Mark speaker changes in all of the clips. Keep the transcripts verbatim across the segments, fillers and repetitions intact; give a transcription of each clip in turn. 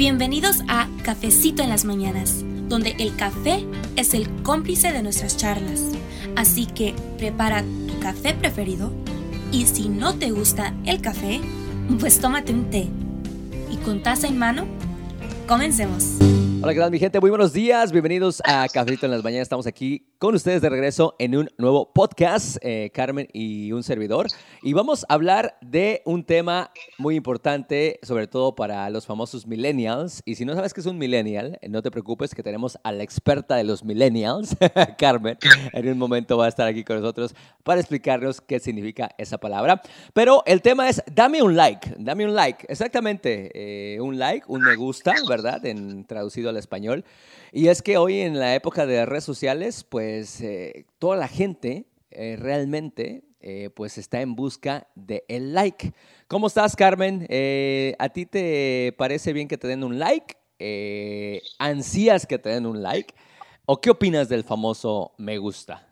Speaker 1: Bienvenidos a Cafecito en las Mañanas, donde el café es el cómplice de nuestras charlas. Así que prepara tu café preferido y si no te gusta el café, pues tómate un té. Y con taza en mano, comencemos.
Speaker 2: Hola, ¿qué tal mi gente? Muy buenos días, bienvenidos a Cafecito en las Mañanas. Estamos aquí con ustedes de regreso en un nuevo podcast, eh, Carmen y un servidor. Y vamos a hablar de un tema muy importante, sobre todo para los famosos millennials. Y si no sabes qué es un millennial, no te preocupes que tenemos a la experta de los millennials, Carmen. En un momento va a estar aquí con nosotros para explicarnos qué significa esa palabra. Pero el tema es, dame un like, dame un like. Exactamente, eh, un like, un me gusta, ¿verdad? En traducido al español. Y es que hoy en la época de las redes sociales, pues eh, toda la gente eh, realmente eh, pues está en busca de el like. ¿Cómo estás, Carmen? Eh, ¿A ti te parece bien que te den un like? Eh, ¿Ansías que te den un like? ¿O qué opinas del famoso me gusta?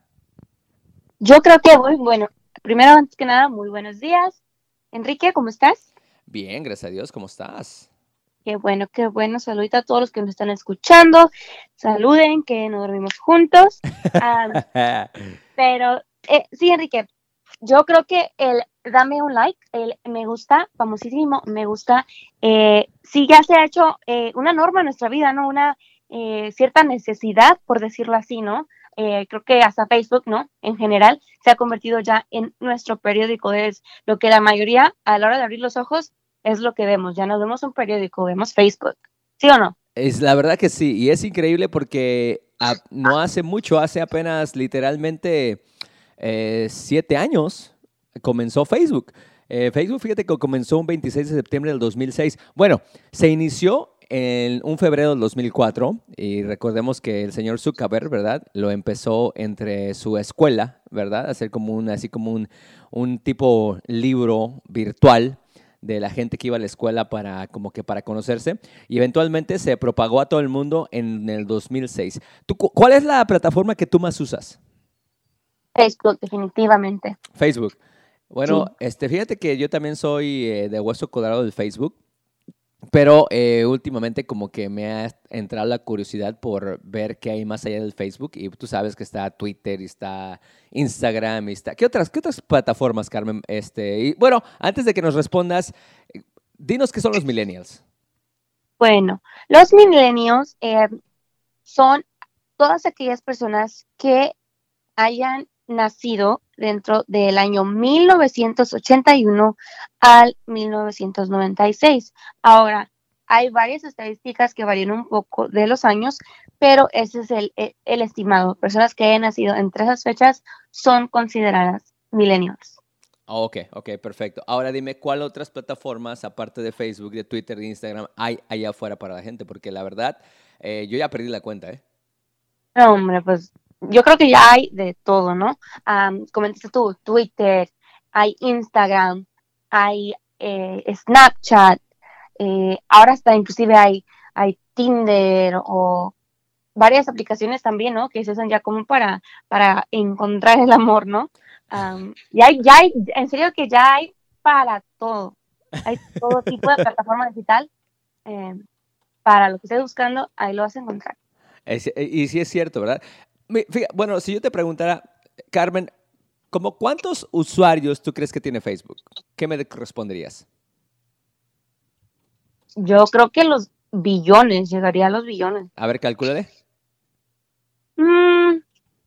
Speaker 3: Yo creo que, bueno, primero, antes que nada, muy buenos días. Enrique, ¿cómo estás?
Speaker 2: Bien, gracias a Dios. ¿Cómo estás?
Speaker 3: Qué bueno, qué bueno. Saludita a todos los que nos están escuchando. Saluden, que no dormimos juntos. Um, pero, eh, sí, Enrique, yo creo que el dame un like, el me gusta, famosísimo, me gusta, eh, sí ya se ha hecho eh, una norma en nuestra vida, ¿no? Una eh, cierta necesidad, por decirlo así, ¿no? Eh, creo que hasta Facebook, ¿no? En general, se ha convertido ya en nuestro periódico. Es lo que la mayoría, a la hora de abrir los ojos, es lo que vemos. Ya no vemos un periódico, vemos Facebook. ¿Sí o no?
Speaker 2: Es la verdad que sí, y es increíble porque a, no hace mucho, hace apenas literalmente eh, siete años, comenzó Facebook. Eh, Facebook, fíjate que comenzó un veintiséis de septiembre del dos mil seis. Bueno, se inició en un febrero del dos mil cuatro y recordemos que el señor Zuckerberg, ¿verdad? Lo empezó entre su escuela, ¿verdad? A hacer como un, así como un, un tipo libro virtual de la gente que iba a la escuela para, como que para conocerse, y eventualmente se propagó a todo el mundo en el dos mil seis. ¿Tú, ¿Cuál es la plataforma que tú más usas?
Speaker 3: Facebook, definitivamente.
Speaker 2: Facebook. Bueno,
Speaker 3: Sí.
Speaker 2: este, fíjate que yo también soy eh, de Hueso Colorado del Facebook, pero eh, últimamente como que me ha entrado la curiosidad por ver qué hay más allá del Facebook, y tú sabes que está Twitter y está Instagram y está... ¿Qué otras, qué otras plataformas, Carmen? Este, y bueno, antes de que nos respondas, eh, dinos qué son los millennials.
Speaker 3: Bueno, los millennials eh, son todas aquellas personas que hayan nacido dentro del año mil novecientos ochenta y uno al mil novecientos noventa y seis. Ahora, hay varias estadísticas que varían un poco de los años, pero ese es el, el, el estimado. Personas que hayan nacido entre esas fechas son consideradas millennials.
Speaker 2: Ok, ok, perfecto. Ahora dime, ¿cuál otras plataformas, aparte de Facebook, de Twitter, de Instagram, hay allá afuera para la gente? Porque la verdad, eh, yo ya perdí la cuenta, ¿eh?
Speaker 3: No, hombre, pues yo creo que ya hay de todo, ¿no? Um, comentaste tú, Twitter, hay Instagram, hay eh, Snapchat, eh, ahora hasta inclusive hay, hay Tinder o varias aplicaciones también, ¿no? Que se usan ya como para, para encontrar el amor, ¿no? Um, ya hay, ya hay, en serio que ya hay para todo. Hay todo tipo de plataforma digital. Eh, para lo que estés buscando, ahí lo vas a encontrar.
Speaker 2: Es, y sí es cierto, ¿verdad? Fíjate, bueno, si yo te preguntara, Carmen, ¿cómo cuántos usuarios tú crees que tiene Facebook? ¿Qué me responderías?
Speaker 3: Yo creo que los billones, llegaría a los billones.
Speaker 2: A ver, calcúlale.
Speaker 3: Mm,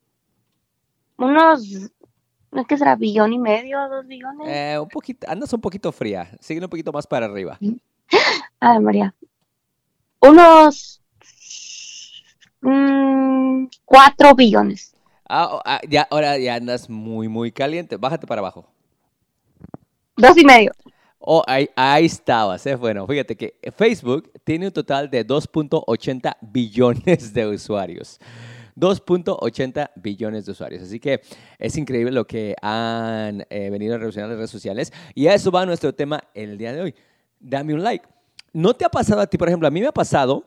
Speaker 3: unos, ¿no qué será? ¿Billón y medio? ¿Dos billones?
Speaker 2: Eh, un poquito, andas un poquito fría. Sigue un poquito más para arriba.
Speaker 3: Ay, María. Unos mmm, cuatro billones.
Speaker 2: Ah, ah, ya, ahora ya andas muy, muy caliente. Bájate para abajo.
Speaker 3: Dos y medio.
Speaker 2: Oh, ahí, ahí estabas, ¿eh? Bueno, fíjate que Facebook tiene un total de dos punto ochenta billones de usuarios. dos punto ochenta billones de usuarios. Así que es increíble lo que han eh, venido a revolucionar las redes sociales. Y a eso va nuestro tema el día de hoy. Dame un like. ¿No te ha pasado a ti, por ejemplo? A mí me ha pasado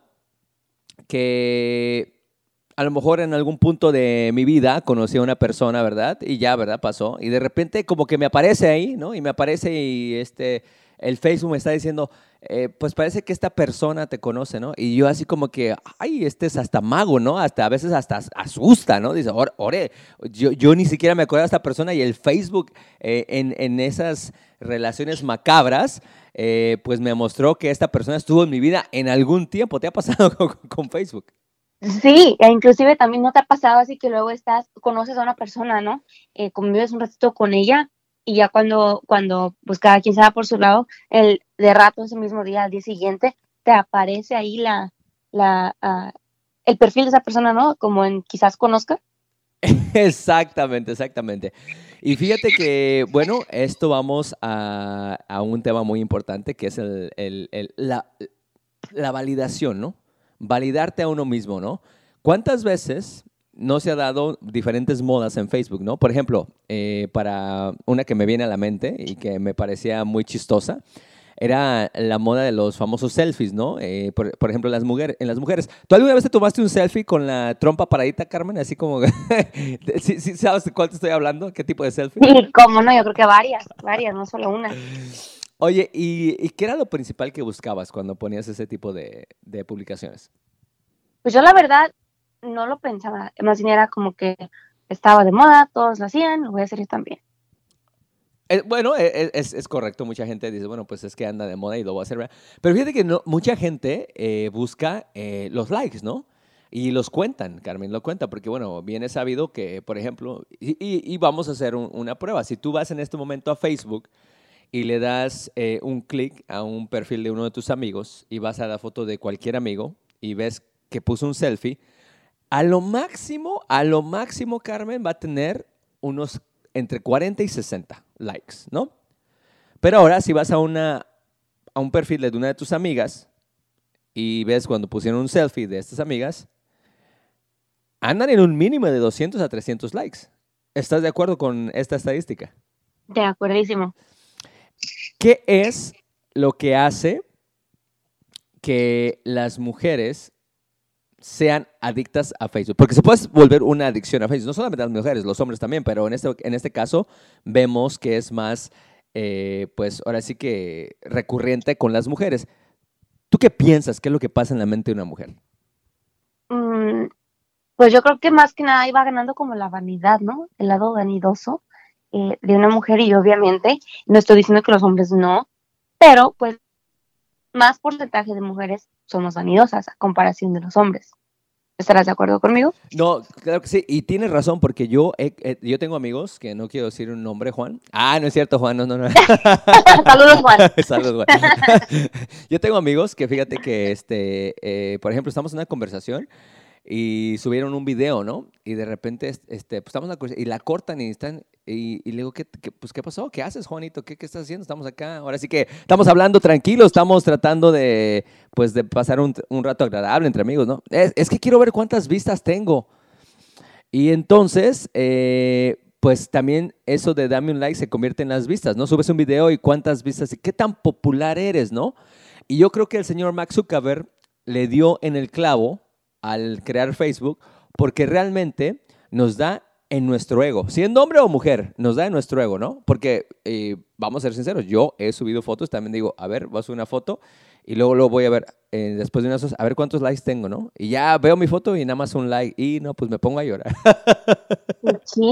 Speaker 2: que a lo mejor en algún punto de mi vida conocí a una persona, ¿verdad? Y ya, ¿verdad? Pasó. Y de repente como que me aparece ahí, ¿no? Y me aparece y este, el Facebook me está diciendo, eh, pues parece que esta persona te conoce, ¿no? Y yo así como que, ay, este es hasta mago, ¿no? Hasta a veces hasta asusta, ¿no? Dice, ore, ore, yo, yo ni siquiera me acuerdo de esta persona y el Facebook eh, en, en esas relaciones macabras, eh, pues me mostró que esta persona estuvo en mi vida en algún tiempo. ¿Te ha pasado con, con Facebook?
Speaker 3: Sí, e inclusive también no te ha pasado así que luego estás, conoces a una persona, ¿no? Eh, convives un ratito con ella y ya cuando, cuando pues cada quien se va por su lado, el de rato ese mismo día, al día siguiente, te aparece ahí la, la, ah, el perfil de esa persona, ¿no? Como en quizás conozca.
Speaker 2: Exactamente, exactamente. Y fíjate que, bueno, esto vamos a, a un tema muy importante que es el, el- el- la, la validación, ¿no? Validarte a uno mismo, ¿no? ¿Cuántas veces no se ha dado diferentes modas en Facebook, ¿no? Por ejemplo, eh, para una que me viene a la mente y que me parecía muy chistosa, era la moda de los famosos selfies, ¿no? Eh, por, por ejemplo, las mujeres, en las mujeres. ¿Tú alguna vez te tomaste un selfie con la trompa paradita, Carmen? Así como, ¿sí, sí sabes de cuál te estoy hablando? ¿Qué tipo de selfie?
Speaker 3: Y cómo no, yo creo que varias, varias, no solo una.
Speaker 2: Oye, ¿y, y qué era lo principal que buscabas cuando ponías ese tipo de, de publicaciones?
Speaker 3: Pues yo la verdad no lo pensaba, más bien era como que estaba de moda, todos lo hacían, lo voy a hacer yo también.
Speaker 2: Eh, bueno, e- e- es, es correcto. Mucha gente dice, bueno, pues es que anda de moda y lo voy a hacer, ¿verdad? Pero fíjate que no, mucha gente eh, busca eh, los likes, ¿no? Y los cuentan, Carmen, lo cuenta, porque bueno, bien es sabido que, por ejemplo, y, y- y vamos a hacer un- una prueba. Si tú vas en este momento a Facebook y le das eh, un clic a un perfil de uno de tus amigos y vas a la foto de cualquier amigo y ves que puso un selfie, a lo máximo, a lo máximo, Carmen, va a tener unos entre cuarenta y sesenta likes, ¿no? Pero ahora, si vas a, una, a un perfil de una de tus amigas y ves cuando pusieron un selfie de estas amigas, andan en un mínimo de doscientos a trescientos likes. ¿Estás de acuerdo con esta estadística?
Speaker 3: De acuerdísimo.
Speaker 2: ¿Qué es lo que hace que las mujeres sean adictas a Facebook? Porque se puede volver una adicción a Facebook, no solamente las mujeres, los hombres también, pero en este, en este caso vemos que es más, eh, pues ahora sí que recurrente con las mujeres. ¿Tú qué piensas? ¿Qué es lo que pasa en la mente de una mujer?
Speaker 3: Mm, pues yo creo que más que nada iba ganando como la vanidad, ¿no? El lado vanidoso eh, de una mujer y obviamente no estoy diciendo que los hombres no, pero pues más porcentaje de mujeres somos vanidosas a comparación de los hombres. ¿Estarás de acuerdo conmigo?
Speaker 2: No, claro que sí, y tienes razón, porque yo, he- he- yo tengo amigos, que no quiero decir un nombre, Juan. Ah, no es cierto, Juan, no, no, no.
Speaker 3: Saludos, Juan.
Speaker 2: Saludos, Juan. Yo tengo amigos que fíjate que, este, eh, por ejemplo, estamos en una conversación y subieron un video, ¿no? Y de repente, es- este, pues estamos en una conversación y la cortan y están, y, y le digo, ¿qué, qué- pues, ¿qué pasó? ¿Qué haces, Juanito? ¿Qué, qué estás haciendo? Estamos acá. Ahora sí que estamos hablando tranquilos, estamos tratando de, pues, de pasar un, un rato agradable entre amigos, ¿no? Es, es que quiero ver cuántas vistas tengo. Y entonces, eh, pues también eso de dame un like se convierte en las vistas, ¿no? Subes un video y cuántas vistas y qué tan popular eres, ¿no? Y yo creo que el señor Mark Zuckerberg le dio en el clavo al crear Facebook porque realmente nos da en nuestro ego, siendo hombre o mujer, nos da en nuestro ego, ¿no? Porque, eh, vamos a ser sinceros, yo he subido fotos, también digo, a ver, voy a subir una foto y luego lo voy a ver, eh, después de unas horas, a ver cuántos likes tengo, ¿no? Y ya veo mi foto y nada más un like y no, pues me pongo a llorar.
Speaker 3: Sí.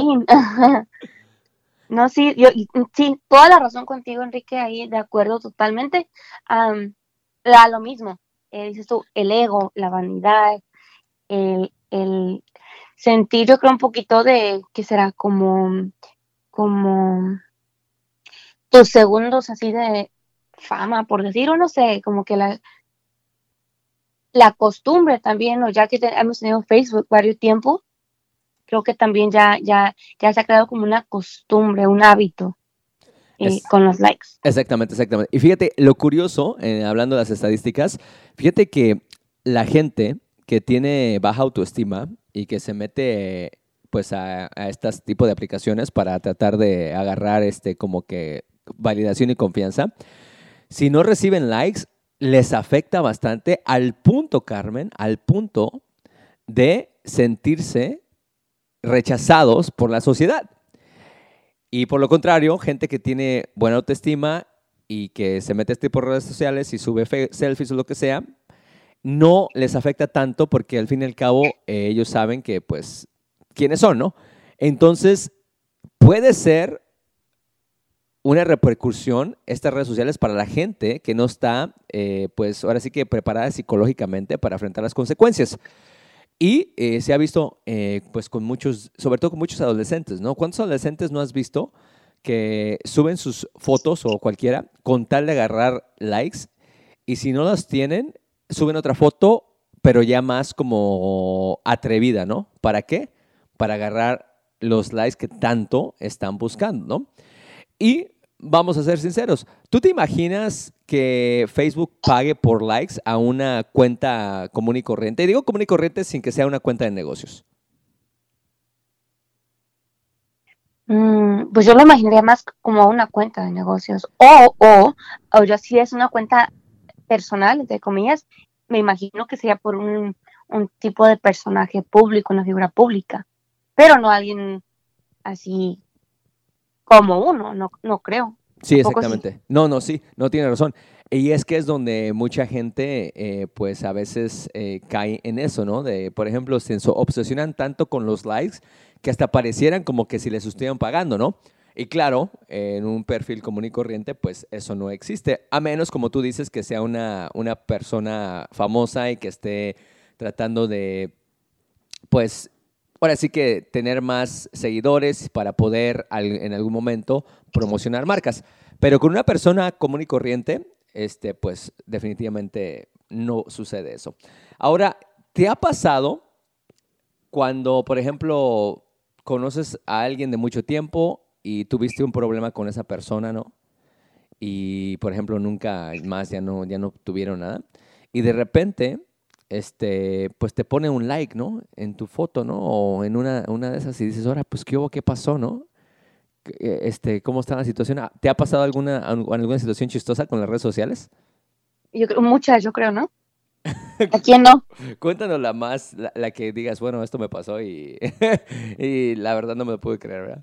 Speaker 3: No, sí, yo, y- sí, toda la razón contigo, Enrique, ahí de acuerdo totalmente. Am, la, lo mismo, eh, dices tú, el ego, la vanidad, el, el sentir, yo creo, un poquito de, que será como, como tus segundos así de fama, por decir, o no sé, como que la, la costumbre también, o ya que te- hemos tenido Facebook varios tiempos, creo que también ya, ya, ya se ha creado como una costumbre, un hábito eh,
Speaker 2: Es,
Speaker 3: con los likes.
Speaker 2: exactamente, exactamente. Y fíjate, lo curioso, eh, hablando de las estadísticas, fíjate que la gente que tiene baja autoestima y que se mete pues a, a este tipo de aplicaciones para tratar de agarrar este como que validación y confianza, si no reciben likes, les afecta bastante al punto, Carmen, al punto de sentirse rechazados por la sociedad. Y por lo contrario, gente que tiene buena autoestima y que se mete a este tipo de redes sociales y sube fe- selfies o lo que sea, no les afecta tanto porque al fin y al cabo eh, ellos saben que pues quiénes son, ¿no? Entonces puede ser una repercusión estas redes sociales para la gente que no está, eh, pues ahora sí que preparada psicológicamente para enfrentar las consecuencias. Y eh, se ha visto, eh, pues con muchos, sobre todo con muchos adolescentes, ¿no? ¿Cuántos adolescentes no has visto que suben sus fotos o cualquiera con tal de agarrar likes y si no las tienen, suben otra foto, pero ya más como atrevida, ¿no? ¿Para qué? Para agarrar los likes que tanto están buscando, ¿no? Y vamos a ser sinceros, ¿tú te imaginas que Facebook pague por likes a una cuenta común y corriente? Y digo común y corriente sin que sea una cuenta de negocios.
Speaker 3: Mm, pues yo lo imaginaría más como una cuenta de negocios. O, o, o yo si es una cuenta personal, entre comillas, me imagino que sería por un, un tipo de personaje público, una figura pública, pero no alguien así como uno, no, no creo.
Speaker 2: Sí,
Speaker 3: Tampoco sí.
Speaker 2: exactamente. No, no, sí, no tiene razón. Y es que es donde mucha gente, eh, pues a veces eh, cae en eso, ¿no? De, por ejemplo, se so- obsesionan tanto con los likes que hasta parecieran como que si les estuvieran pagando, ¿no? Y claro, eh, en un perfil común y corriente, pues eso no existe, a menos, como tú dices, que sea una, una persona famosa y que esté tratando de, pues, ahora sí que tener más seguidores para poder al- en algún momento promocionar marcas. Pero con una persona común y corriente, este, pues definitivamente no sucede eso. Ahora, ¿te ha pasado cuando, por ejemplo, conoces a alguien de mucho tiempo y tuviste un problema con esa persona, ¿no? Y, por ejemplo, nunca más ya no, ya no tuvieron nada. Y de repente, este, pues te pone un like, ¿no? En tu foto, ¿no? O en una, una de esas y dices, ahora, pues, ¿qué hubo? ¿Qué pasó, no? ¿Qué- Este, ¿cómo está la situación? Ah, ¿te ha pasado alguna, al- alguna situación chistosa con las redes sociales?
Speaker 3: Yo creo, muchas, yo creo, ¿no? ¿A quién no?
Speaker 2: Cuéntanos la más, la, la que digas, bueno, esto me pasó y, y la verdad no me lo pude creer, ¿verdad?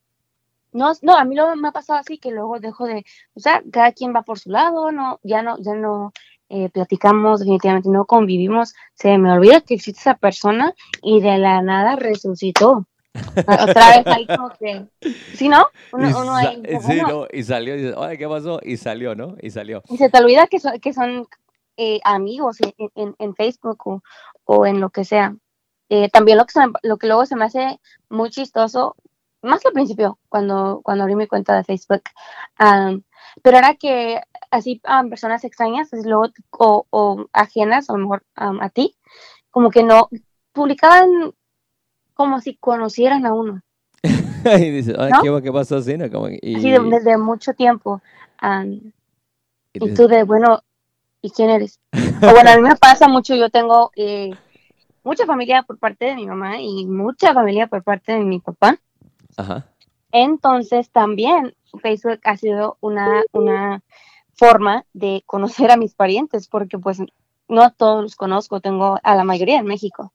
Speaker 3: No, no, a mí luego me ha pasado así que luego dejo de, o sea, cada quien va por su lado, no, ya no, ya no eh, platicamos, definitivamente no convivimos, se me olvida que existe esa persona y de la nada resucitó. O- Otra vez ahí como que, ¿sí, no?
Speaker 2: Y
Speaker 3: Uno, uno
Speaker 2: sa-
Speaker 3: ahí dice,
Speaker 2: sí,
Speaker 3: bueno,
Speaker 2: ¿no? Y salió y dices, oye, ¿qué pasó? Y salió, ¿no? Y salió.
Speaker 3: y se te olvida que son, que son eh, amigos en, en, en Facebook o, o en lo que sea. Eh, también lo que, se me- lo que luego se me hace muy chistoso, más al principio, cuando, cuando abrí mi cuenta de Facebook, am, pero era que así am, personas extrañas, así luego, o, o ajenas a lo mejor am, a ti, como que no, publicaban como si conocieran a uno,
Speaker 2: Y dices, ay,
Speaker 3: ¿no?
Speaker 2: ¿qué, qué pasó así? ¿No? Como,
Speaker 3: Así de-
Speaker 2: y,
Speaker 3: desde mucho tiempo. am,
Speaker 2: y
Speaker 3: y
Speaker 2: dices,
Speaker 3: tú de, bueno, ¿y quién eres? O bueno, a mí me pasa mucho, yo tengo eh, mucha familia por parte de mi mamá y mucha familia por parte de mi papá.
Speaker 2: ajá.
Speaker 3: Entonces también Facebook ha sido una, una forma de conocer a mis parientes, porque pues no a todos los conozco, tengo a la mayoría en México.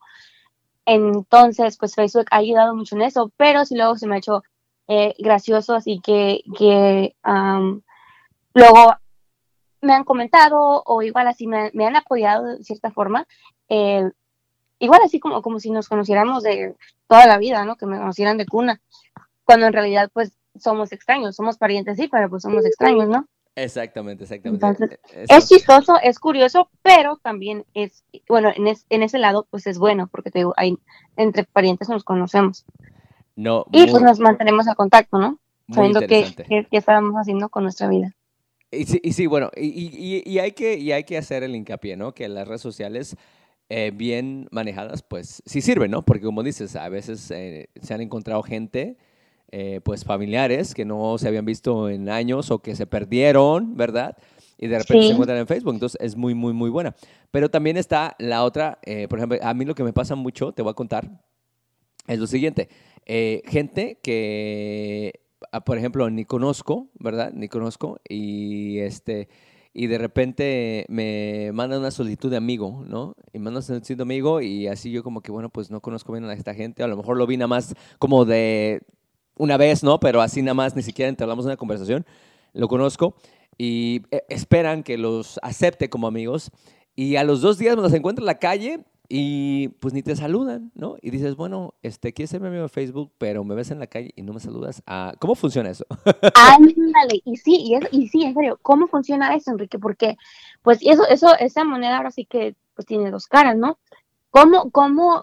Speaker 3: Entonces, pues Facebook ha ayudado mucho en eso, pero sí luego se me ha hecho eh, gracioso, así que, que um, luego me han comentado o igual así me, me han apoyado de cierta forma, eh, igual así como, como si nos conociéramos de toda la vida, ¿no? Que me conocieran de cuna, cuando en realidad pues somos extraños, somos parientes sí, pero pues somos extraños, ¿no?
Speaker 2: Exactamente, exactamente.
Speaker 3: Entonces,
Speaker 2: e-
Speaker 3: es
Speaker 2: Eso.
Speaker 3: chistoso, es curioso, pero también es, bueno, en, es, en ese lado pues es bueno, porque te digo, hay, entre parientes nos conocemos
Speaker 2: No,
Speaker 3: y pues
Speaker 2: muy,
Speaker 3: nos mantenemos a contacto, ¿no?
Speaker 2: muy
Speaker 3: Sabiendo qué,
Speaker 2: interesante.
Speaker 3: qué, qué estábamos haciendo con nuestra vida.
Speaker 2: Y sí, y sí, bueno, y, y- y- y hay que, y hay que hacer el hincapié, ¿no? Que las redes sociales eh, bien manejadas, pues sí sirven, ¿no? Porque como dices, a veces eh, se han encontrado gente, eh, pues familiares que no se habían visto en años o que se perdieron, ¿verdad? Y de repente se
Speaker 3: Sí,
Speaker 2: encuentran en Facebook, entonces es muy, muy, muy buena. Pero también está la otra, eh, por ejemplo, a mí lo que me pasa mucho, te voy a contar, es lo siguiente. Eh, gente que, ah, por ejemplo, ni conozco, ¿verdad? Ni conozco y este y de repente me mandan una solicitud de amigo, ¿no? Y mandan una solicitud de amigo y así yo como que, bueno, pues no conozco bien a esta gente. A lo mejor lo vi nada más como de una vez, ¿no? Pero así nada más, ni siquiera entablamos una conversación. Lo conozco y eh, esperan que los acepte como amigos y a los dos días me los encuentro en la calle y pues ni te saludan, ¿no? Y dices, bueno, este, quieres ser mi amigo de Facebook, pero me ves en la calle y no me saludas. Ah, ¿cómo funciona eso?
Speaker 3: Ándale, y sí, y, es, y sí, en serio, ¿cómo funciona eso, Enrique? Porque, pues, eso, eso, esa moneda ahora sí que, pues, tiene dos caras, ¿no? ¿Cómo, cómo,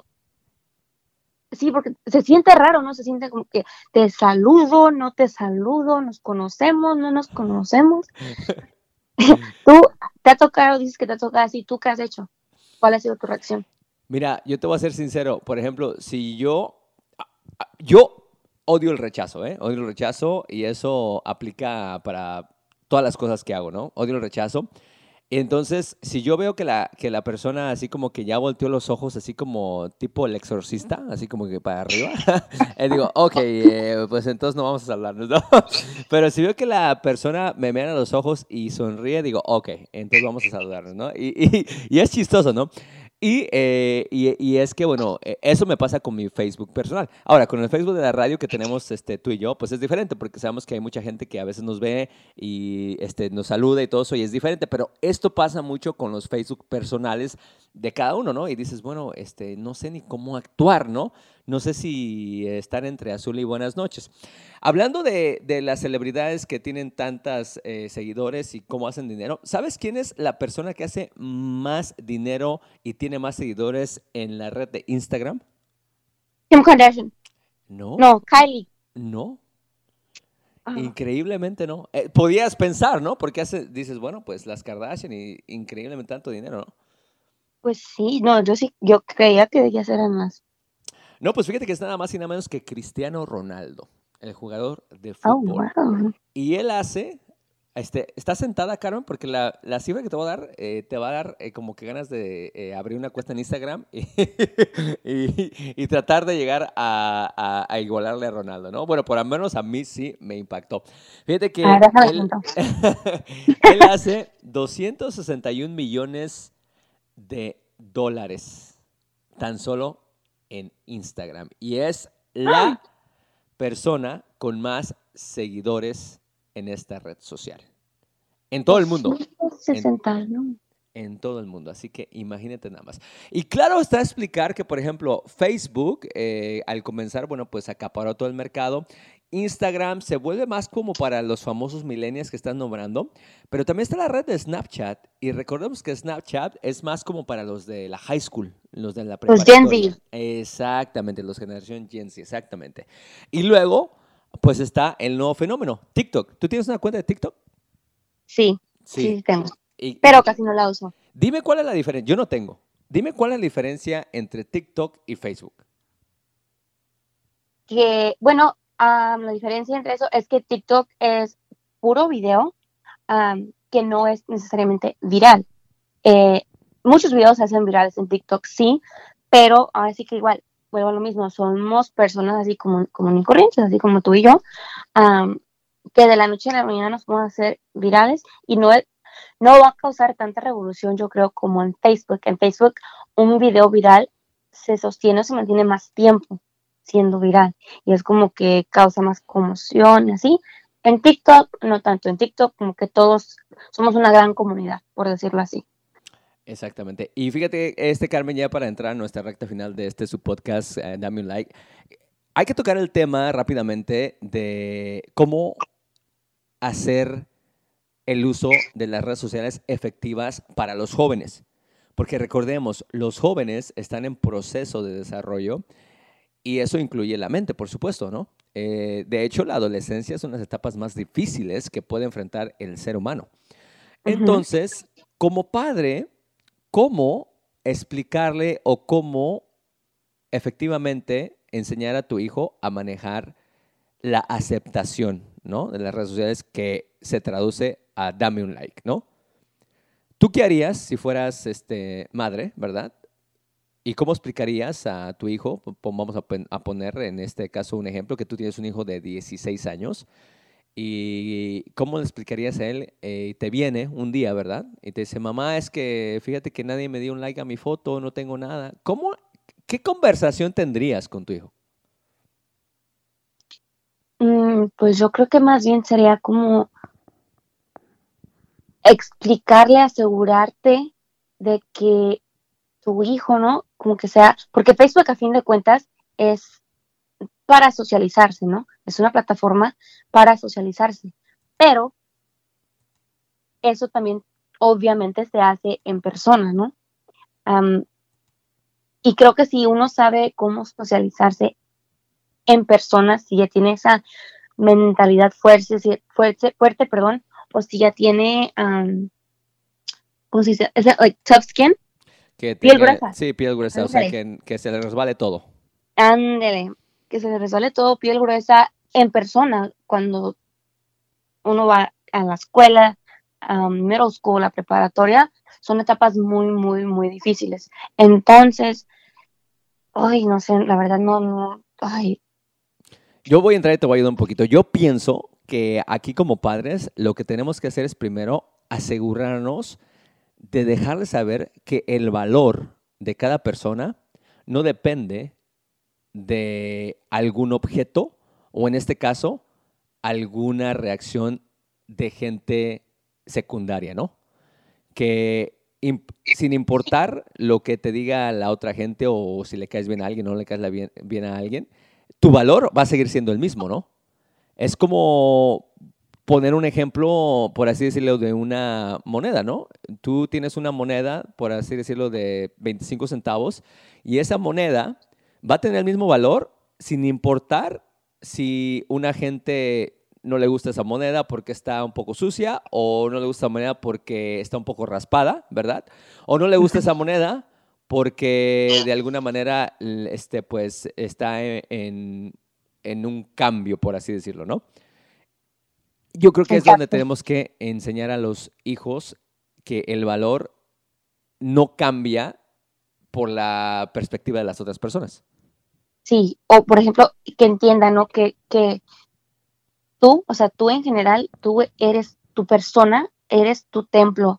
Speaker 3: sí, porque se siente raro, ¿no? Se siente como que te saludo, no te saludo, nos conocemos, no nos conocemos. Tú, te ha tocado, dices que te ha tocado así, ¿tú qué has hecho? ¿Cuál ha sido tu reacción?
Speaker 2: Mira, yo te voy a ser sincero. Por ejemplo, si yo, a- a- yo odio el rechazo, ¿eh? Odio el rechazo y eso aplica para todas las cosas que hago, ¿no? Odio el rechazo. Entonces, si yo veo que la, que la persona así como que ya volteó los ojos, así como tipo el exorcista, así como que para arriba, eh, digo, ok, eh, pues entonces no vamos a hablarnos, ¿no? Pero si veo que la persona me mira a los ojos y sonríe, digo, ok, entonces vamos a saludarnos, ¿no? Y, y, y es chistoso, ¿no? Y, eh, y, y es que, bueno, eh, eso me pasa con mi Facebook personal. Ahora, con el Facebook de la radio que tenemos este, tú y yo, pues es diferente porque sabemos que hay mucha gente que a veces nos ve y este, nos saluda y todo eso y es diferente, pero esto pasa mucho con los Facebook personales de cada uno, ¿no? Y dices, bueno, este, no sé ni cómo actuar, ¿no? No sé si estar entre azul y buenas noches. Hablando de, de las celebridades que tienen tantas eh, seguidores y cómo hacen dinero, ¿sabes quién es la persona que hace más dinero y tiene más seguidores en la red de Instagram?
Speaker 3: Kim Kardashian.
Speaker 2: No,
Speaker 3: No, Kylie.
Speaker 2: no.
Speaker 3: Ah,
Speaker 2: Increíblemente no. Eh, podías pensar, ¿no? Porque hace, dices, bueno, pues las Kardashian y increíblemente tanto dinero, ¿no?
Speaker 3: pues sí, no, yo sí, yo creía que ellas eran más.
Speaker 2: No, pues fíjate que es nada más y nada menos que Cristiano Ronaldo, el jugador de
Speaker 3: Oh,
Speaker 2: fútbol.
Speaker 3: wow.
Speaker 2: Y él hace, este, está sentada, Carmen, porque la, la cifra que te voy a dar, eh, te va a dar eh, como que ganas de eh, abrir una cuenta en Instagram y, y- y tratar de llegar a, a- a igualarle a Ronaldo, ¿no? Bueno, por lo menos a mí sí me impactó. Fíjate
Speaker 3: A ver,
Speaker 2: que
Speaker 3: déjame
Speaker 2: él,
Speaker 3: apuntar.
Speaker 2: él hace doscientos sesenta y un millones de dólares tan solo en Instagram. Y es la persona con más seguidores en esta red social. En todo el mundo. En,
Speaker 3: doscientos sesenta, ¿no?
Speaker 2: en todo el mundo. Así que imagínate nada más. Y claro está explicar que, por ejemplo, Facebook, eh, al comenzar, bueno, pues acaparó todo el mercado. Instagram se vuelve más como para los famosos millennials que están nombrando, pero también está la red de Snapchat. Y recordemos que Snapchat es más como para los de la high school, los de la
Speaker 3: Los Gen
Speaker 2: preparatoria.
Speaker 3: Z.
Speaker 2: Exactamente, los generación Gen Z, exactamente. Y luego, pues está el nuevo fenómeno, TikTok. ¿Tú tienes una cuenta de TikTok?
Speaker 3: Sí, sí,
Speaker 2: Sí.
Speaker 3: sí tengo.
Speaker 2: Y,
Speaker 3: Pero
Speaker 2: y
Speaker 3: casi no la uso.
Speaker 2: dime cuál es la diferencia. Yo no tengo. Dime cuál es la diferencia entre TikTok y Facebook.
Speaker 3: Que, bueno, am, la diferencia entre eso es que TikTok es puro video, am, que no es necesariamente viral. Eh, Muchos videos se hacen virales en TikTok, sí, pero ahora sí que igual, vuelvo a lo mismo, somos personas así como, como y corrientes, así como tú y yo, am, que de la noche a la mañana nos podemos hacer virales y no, es- no va a causar tanta revolución, yo creo, como en Facebook. En Facebook, un video viral se sostiene o se mantiene más tiempo siendo viral y es como que causa más conmoción y así. En TikTok, no tanto. En TikTok, como que todos somos una gran comunidad, por decirlo así.
Speaker 2: Exactamente. Y fíjate, este Carmen, ya para entrar a nuestra recta final de este su podcast, eh, Dame un like, hay que tocar el tema rápidamente de cómo hacer el uso de las redes sociales efectivas para los jóvenes. Porque recordemos, los jóvenes están en proceso de desarrollo y eso incluye la mente, por supuesto, ¿no? Eh, de hecho, la adolescencia es una de las etapas más difíciles que puede enfrentar el ser humano.
Speaker 3: Ujú.
Speaker 2: Entonces, como padre, ¿cómo explicarle o cómo efectivamente enseñar a tu hijo a manejar la aceptación, ¿no? De las redes sociales que se traduce a dame un like, ¿no? ¿Tú qué harías si fueras este, madre, verdad? ¿Y cómo explicarías a tu hijo? P- Vamos a, pen- a poner en este caso un ejemplo, que tú tienes un hijo de dieciséis años. ¿Y cómo le explicarías a él? Eh, te viene un día, ¿verdad? Y te dice, mamá, es que fíjate que nadie me dio un like a mi foto, no tengo nada. ¿Cómo, qué conversación tendrías con tu hijo?
Speaker 3: Mm, pues yo creo que más bien sería como, explicarle, asegurarte de que tu hijo, ¿no? Como que sea, porque Facebook a fin de cuentas es para socializarse, ¿no? Es una plataforma para socializarse, pero eso también obviamente se hace en persona, ¿no? Um, y creo que si uno sabe cómo socializarse en persona, si ya tiene esa mentalidad fuerte, si, fuerte, fuerte, perdón, o si ya tiene, um, ¿cómo se dice? Esa, like, tough skin,
Speaker 2: Que
Speaker 3: piel
Speaker 2: tenga,
Speaker 3: gruesa.
Speaker 2: sí, piel gruesa, o sea, que, que se le resbale todo.
Speaker 3: Ándele, que se le resuelve todo piel gruesa en persona, cuando uno va a la escuela, um, middle school, la preparatoria, son etapas muy, muy, muy difíciles. Entonces, ay, no sé, la verdad no, no, ay.
Speaker 2: Yo voy a entrar y te voy a ayudar un poquito. Yo pienso que aquí como padres lo que tenemos que hacer es primero asegurarnos de dejarles saber que el valor de cada persona no depende de algún objeto o en este caso alguna reacción de gente secundaria, ¿no? Que imp- sin importar lo que te diga la otra gente o si le caes bien a alguien o no le caes la bien, bien a alguien, tu valor va a seguir siendo el mismo, ¿no? Es como poner un ejemplo, por así decirlo, de una moneda, ¿no? Tú tienes una moneda, por así decirlo, de veinticinco centavos y esa moneda va a tener el mismo valor sin importar si una gente no le gusta esa moneda porque está un poco sucia o no le gusta esa moneda porque está un poco raspada, ¿verdad? O no le gusta esa moneda porque de alguna manera este, pues, está en, en un cambio, por así decirlo, ¿no? Yo creo que es donde
Speaker 3: Exacto.
Speaker 2: tenemos que enseñar a los hijos que el valor no cambia por la perspectiva de las otras personas.
Speaker 3: Sí, o por ejemplo, que entiendan, ¿no? Que, que tú, o sea, tú en general, tú eres tu persona, eres tu templo,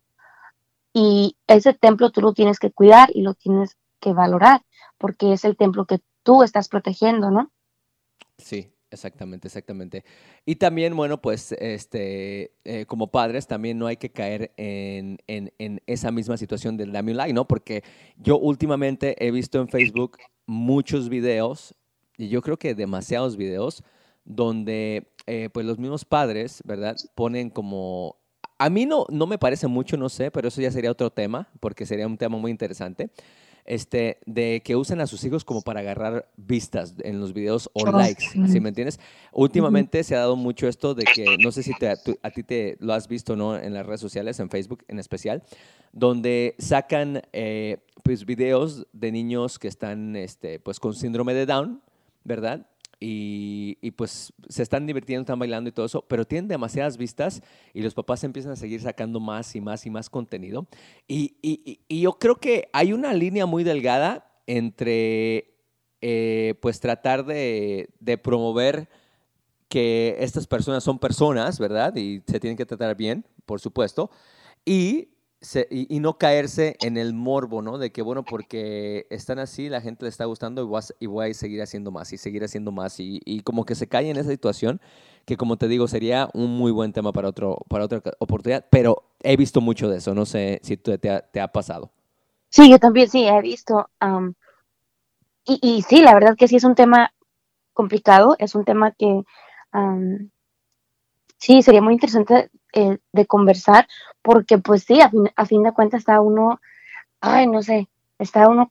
Speaker 3: y ese templo tú lo tienes que cuidar y lo tienes que valorar, porque es el templo que tú estás protegiendo, ¿no?
Speaker 2: Sí, exactamente, exactamente. Y también, bueno, pues este, eh, como padres también no hay que caer en, en, en esa misma situación del dame un like, ¿no? Porque yo últimamente he visto en Facebook muchos videos, y yo creo que demasiados videos, donde eh, pues los mismos padres, ¿verdad? Ponen como... A mí no, no me parece mucho, no sé, pero eso ya sería otro tema, porque sería un tema muy interesante este, de que usen a sus hijos como para agarrar vistas en los videos o
Speaker 3: Oh,
Speaker 2: likes, ¿sí
Speaker 3: sí.
Speaker 2: me entiendes?
Speaker 3: Ujú.
Speaker 2: Últimamente se ha dado mucho esto de que, no sé si te, tú- a ti te lo has visto, ¿no? En las redes sociales, en Facebook en especial, donde sacan eh, pues videos de niños que están este, pues con síndrome de Down, ¿verdad? Y, y, pues se están divirtiendo, están bailando y todo eso, pero tienen demasiadas vistas y los papás empiezan a seguir sacando más y más y más contenido. Y, y- y yo creo que hay una línea muy delgada entre, eh, pues, tratar de, de promover que estas personas son personas, ¿verdad? Y se tienen que tratar bien, por supuesto, y, se- y, y no caerse en el morbo, ¿no? De que, bueno, porque están así, la gente le está gustando y voy a, y voy a seguir haciendo más y seguir haciendo más. Y, y como que se cae en esa situación que, como te digo, sería un muy buen tema para, otro, para otra oportunidad, pero he visto mucho de eso, no sé si tú te ha, te ha pasado.
Speaker 3: Sí, yo también sí he visto, am, y, y sí, la verdad que sí es un tema complicado, es un tema que am, sí sería muy interesante eh, de conversar, porque pues sí, a fin, a fin de cuentas está uno, ay, no sé, está uno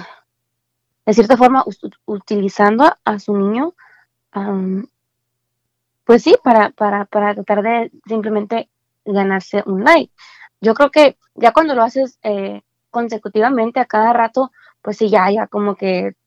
Speaker 3: de cierta forma ut- utilizando a, a su niño, am, pues sí, para, para, para tratar de simplemente ganarse un like. Yo creo que ya cuando lo haces eh, consecutivamente a cada rato, pues sí, ya, ya como que,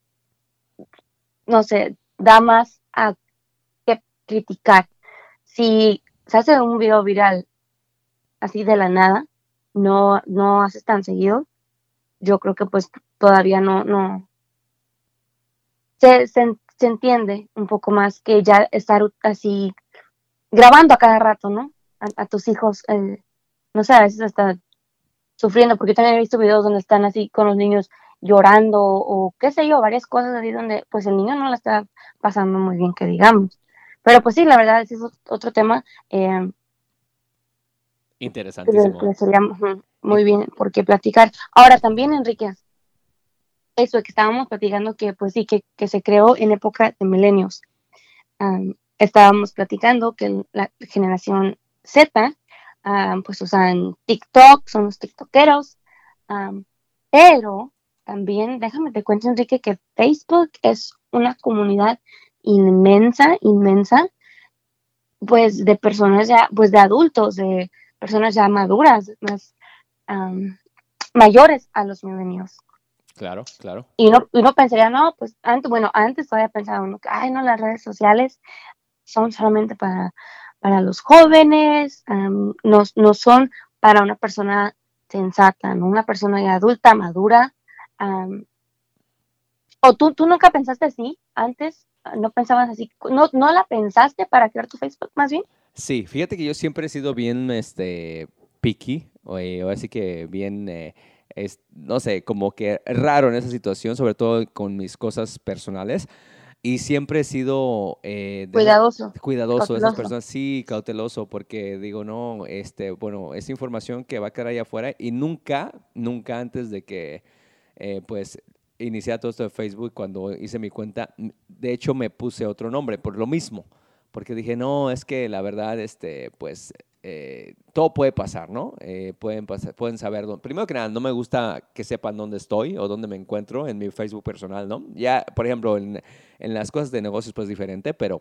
Speaker 3: no sé, da más a qué criticar. Si se hace un video viral así de la nada, no, no haces tan seguido, yo creo que pues todavía no, no, se, se, se entiende un poco más que ya estar así grabando a cada rato, ¿no? A, a tus hijos, eh, no sé, a veces hasta sufriendo, porque yo también he visto videos donde están así con los niños llorando o qué sé yo, varias cosas así donde pues el niño no la está pasando muy bien, que digamos. Pero pues sí, la verdad, ese es ot- otro tema. eh,
Speaker 2: Interesantísimo.
Speaker 3: Que sería uh, muy bien por qué platicar. Ahora también, Enrique, eso que estábamos platicando, que pues sí, que, que se creó en época de milenios. Um, estábamos platicando que la generación Z, um, pues usan TikTok, son los tiktokeros, um, pero también, déjame te cuento, Enrique, que Facebook es una comunidad inmensa, inmensa, pues de personas ya, pues de adultos, de personas ya maduras, más um, mayores a los milenios.
Speaker 2: Claro, claro.
Speaker 3: Y uno, uno pensaría, no, pues antes, bueno, antes todavía pensaba uno que, ay, no, las redes sociales son solamente para, para los jóvenes, um, no, no son para una persona sensata, ¿no? Una persona ya adulta, madura. Um, ¿O tú, tú nunca pensaste así antes? ¿No pensabas así? ¿No, no la pensaste para crear tu Facebook más bien?
Speaker 2: Sí, fíjate que yo siempre he sido bien este, picky, o, o así que bien... Eh, Es, no sé, como que raro en esa situación, sobre todo con mis cosas personales. Y siempre he sido... Eh, de
Speaker 3: cuidadoso.
Speaker 2: Esas, cuidadoso de esas
Speaker 3: cauteloso.
Speaker 2: personas, sí, cauteloso, porque digo, no, este, bueno, es información que va a quedar allá afuera y nunca, nunca antes de que, eh, pues, iniciara todo esto de Facebook, cuando hice mi cuenta, de hecho me puse otro nombre por lo mismo, porque dije, no, es que la verdad, este, pues... Eh, todo puede pasar, ¿no? Eh, pueden, pasar, pueden saber dónde. Primero que nada, no me gusta que sepan dónde estoy o dónde me encuentro en mi Facebook personal, ¿no? Ya, por ejemplo, en, en las cosas de negocios, pues diferente, pero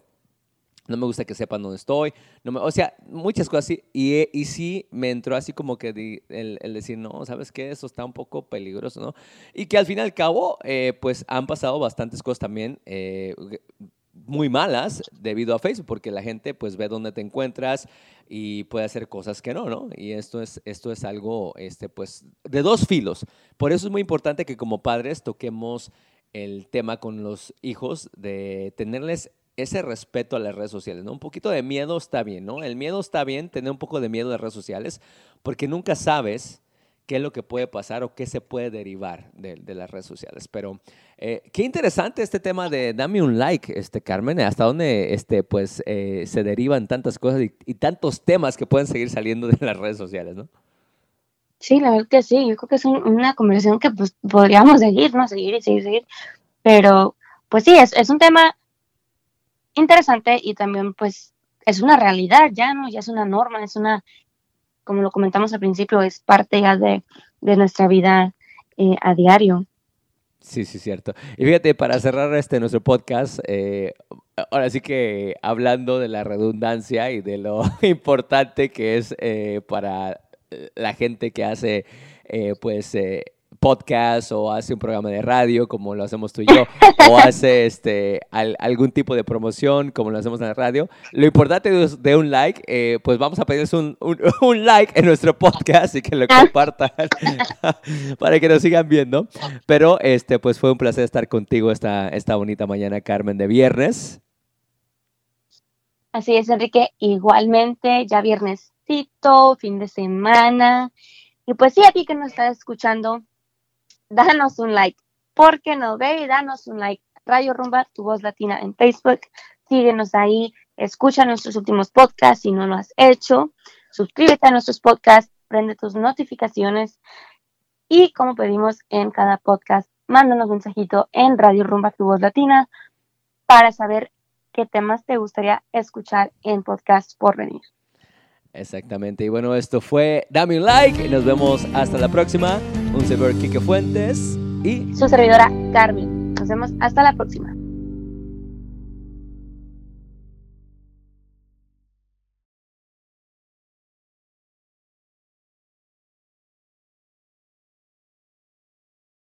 Speaker 2: no me gusta que sepan dónde estoy. No me, o sea, muchas cosas así. Y, y sí me entró así como que di, el, el decir, no, ¿sabes qué? Eso está un poco peligroso, ¿no? Y que al fin y al cabo, eh, pues han pasado bastantes cosas también. Eh, muy malas debido a Facebook, porque la gente pues ve dónde te encuentras y puede hacer cosas que no, ¿no? Y esto es, esto es algo este, pues, de dos filos. Por eso es muy importante que como padres toquemos el tema con los hijos de tenerles ese respeto a las redes sociales, ¿no? Un poquito de miedo está bien, ¿no? El miedo está bien, tener un poco de miedo de redes sociales, porque nunca sabes qué es lo que puede pasar o qué se puede derivar de, de las redes sociales. Pero eh, qué interesante este tema de dame un like, este, Carmen, hasta dónde este, pues, eh, se derivan tantas cosas y, y tantos temas que pueden seguir saliendo de las redes sociales, ¿no?
Speaker 3: Sí, la verdad que sí, yo creo que es un, una conversación que pues podríamos seguir, ¿no? Seguir y seguir, seguir. Pero, pues sí, es, es un tema interesante y también pues es una realidad ya, ¿no? Ya es una norma, es una... como lo comentamos al principio, es parte ya de, de nuestra vida eh, a diario.
Speaker 2: Sí, sí, cierto. Y fíjate, para cerrar este nuestro podcast, eh, ahora sí que hablando de la redundancia y de lo importante que es eh, para la gente que hace, eh, pues, eh, podcast o hace un programa de radio como lo hacemos tú y yo, o hace este, al, algún tipo de promoción como lo hacemos en la radio, lo importante es de un like, eh, pues vamos a pedirles un, un, un like en nuestro podcast y que lo compartan para que nos sigan viendo. Pero este, pues fue un placer estar contigo esta, esta bonita mañana, Carmen, de viernes.
Speaker 3: Así es, Enrique, igualmente, ya viernesito, fin de semana, y pues sí, a ti que nos estás escuchando, danos un like, ¿por qué no, baby? Danos un like. Radio Rumba, tu voz latina en Facebook. Síguenos ahí, escucha nuestros últimos podcasts si no lo has hecho. Suscríbete a nuestros podcasts, prende tus notificaciones y como pedimos en cada podcast, mándanos un mensajito en Radio Rumba, tu voz latina para saber qué temas te gustaría escuchar en podcast por venir.
Speaker 2: Exactamente. Y bueno, esto fue Dame un like. Nos vemos hasta la próxima. Un servidor Quique Fuentes y
Speaker 3: su servidora Carmen. Nos vemos hasta la próxima.